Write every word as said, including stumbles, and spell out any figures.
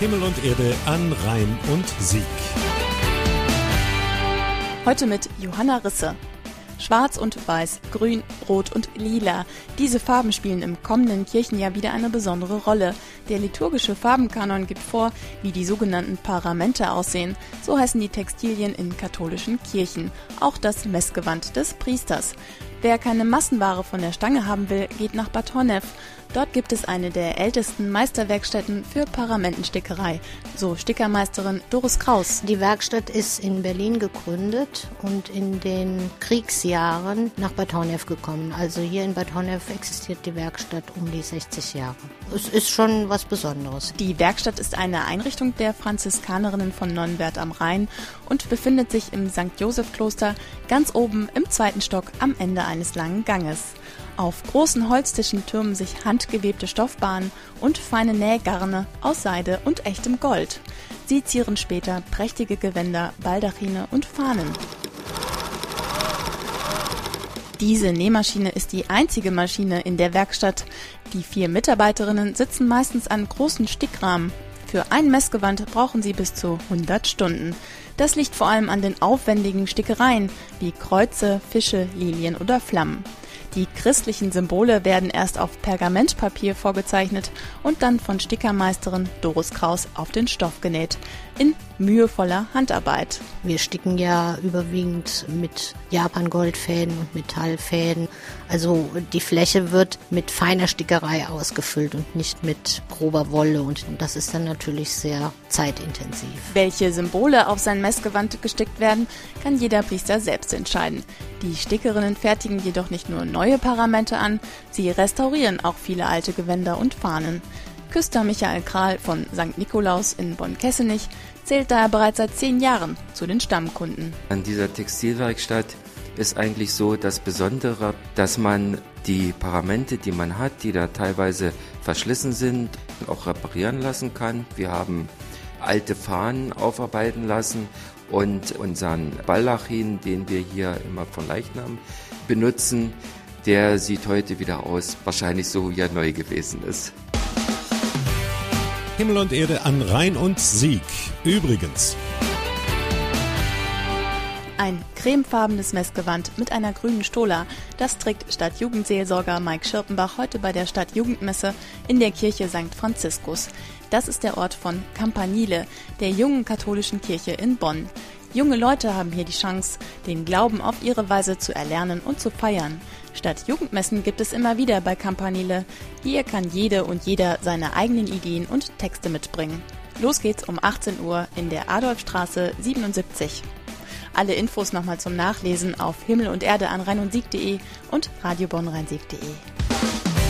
Himmel und Erde an Rhein und Sieg. Heute mit Johanna Risse. Schwarz und Weiß, Grün, Rot und Lila. Diese Farben spielen im kommenden Kirchenjahr wieder eine besondere Rolle. Der liturgische Farbenkanon gibt vor, wie die sogenannten Paramente aussehen. So heißen die Textilien in katholischen Kirchen. Auch das Messgewand des Priesters. Wer keine Massenware von der Stange haben will, geht nach Bad Honnef. Dort gibt es eine der ältesten Meisterwerkstätten für Paramentenstickerei, so Stickermeisterin Doris Kraus. Die Werkstatt ist in Berlin gegründet und in den Kriegsjahren nach Bad Honnef gekommen. Also hier in Bad Honnef existiert die Werkstatt um die sechzig Jahre. Es ist schon was Besonderes. Die Werkstatt ist eine Einrichtung der Franziskanerinnen von Nonnenwerth am Rhein und befindet sich im Sankt Joseph Kloster ganz oben im zweiten Stock am Ende eines langen Ganges. Auf großen Holztischen türmen sich handgewebte Stoffbahnen und feine Nähgarne aus Seide und echtem Gold. Sie zieren später prächtige Gewänder, Baldachine und Fahnen. Diese Nähmaschine ist die einzige Maschine in der Werkstatt. Die vier Mitarbeiterinnen sitzen meistens an großen Stickrahmen. Für ein Messgewand brauchen sie bis zu hundert Stunden. Das liegt vor allem an den aufwendigen Stickereien wie Kreuze, Fische, Lilien oder Flammen. Die christlichen Symbole werden erst auf Pergamentpapier vorgezeichnet und dann von Stickermeisterin Doris Kraus auf den Stoff genäht, in mühevoller Handarbeit. Wir sticken ja überwiegend mit Japan-Goldfäden und Metallfäden. Also die Fläche wird mit feiner Stickerei ausgefüllt und nicht mit grober Wolle. Und das ist dann natürlich sehr zeitintensiv. Welche Symbole auf sein Messgewand gestickt werden, kann jeder Priester selbst entscheiden. Die Stickerinnen fertigen jedoch nicht nur neue Paramente an, sie restaurieren auch viele alte Gewänder und Fahnen. Küster Michael Kral von Sankt Nikolaus in Bonn-Kessenich zählt daher bereits seit zehn Jahren zu den Stammkunden. An dieser Textilwerkstatt ist eigentlich so das Besondere, dass man die Paramente, die man hat, die da teilweise verschlissen sind, auch reparieren lassen kann. Wir haben alte Fahnen aufarbeiten lassen und unseren Baldachin, den wir hier immer von Leichnam benutzen, der sieht heute wieder aus, wahrscheinlich so wie er neu gewesen ist. Himmel und Erde an Rhein und Sieg. Übrigens. Ein cremefarbenes Messgewand mit einer grünen Stola, das trägt Stadtjugendseelsorger Mike Schirpenbach heute bei der Stadtjugendmesse in der Kirche Sankt Franziskus. Das ist der Ort von Campanile, der jungen katholischen Kirche in Bonn. Junge Leute haben hier die Chance, den Glauben auf ihre Weise zu erlernen und zu feiern. Stadtjugendmessen gibt es immer wieder bei Campanile. Hier kann jede und jeder seine eigenen Ideen und Texte mitbringen. Los geht's um achtzehn Uhr in der Adolfstraße siebenundsiebzig. Alle Infos nochmal zum Nachlesen auf himmel und erde an rhein und sieg punkt de und radio bonn rhein sieg punkt de.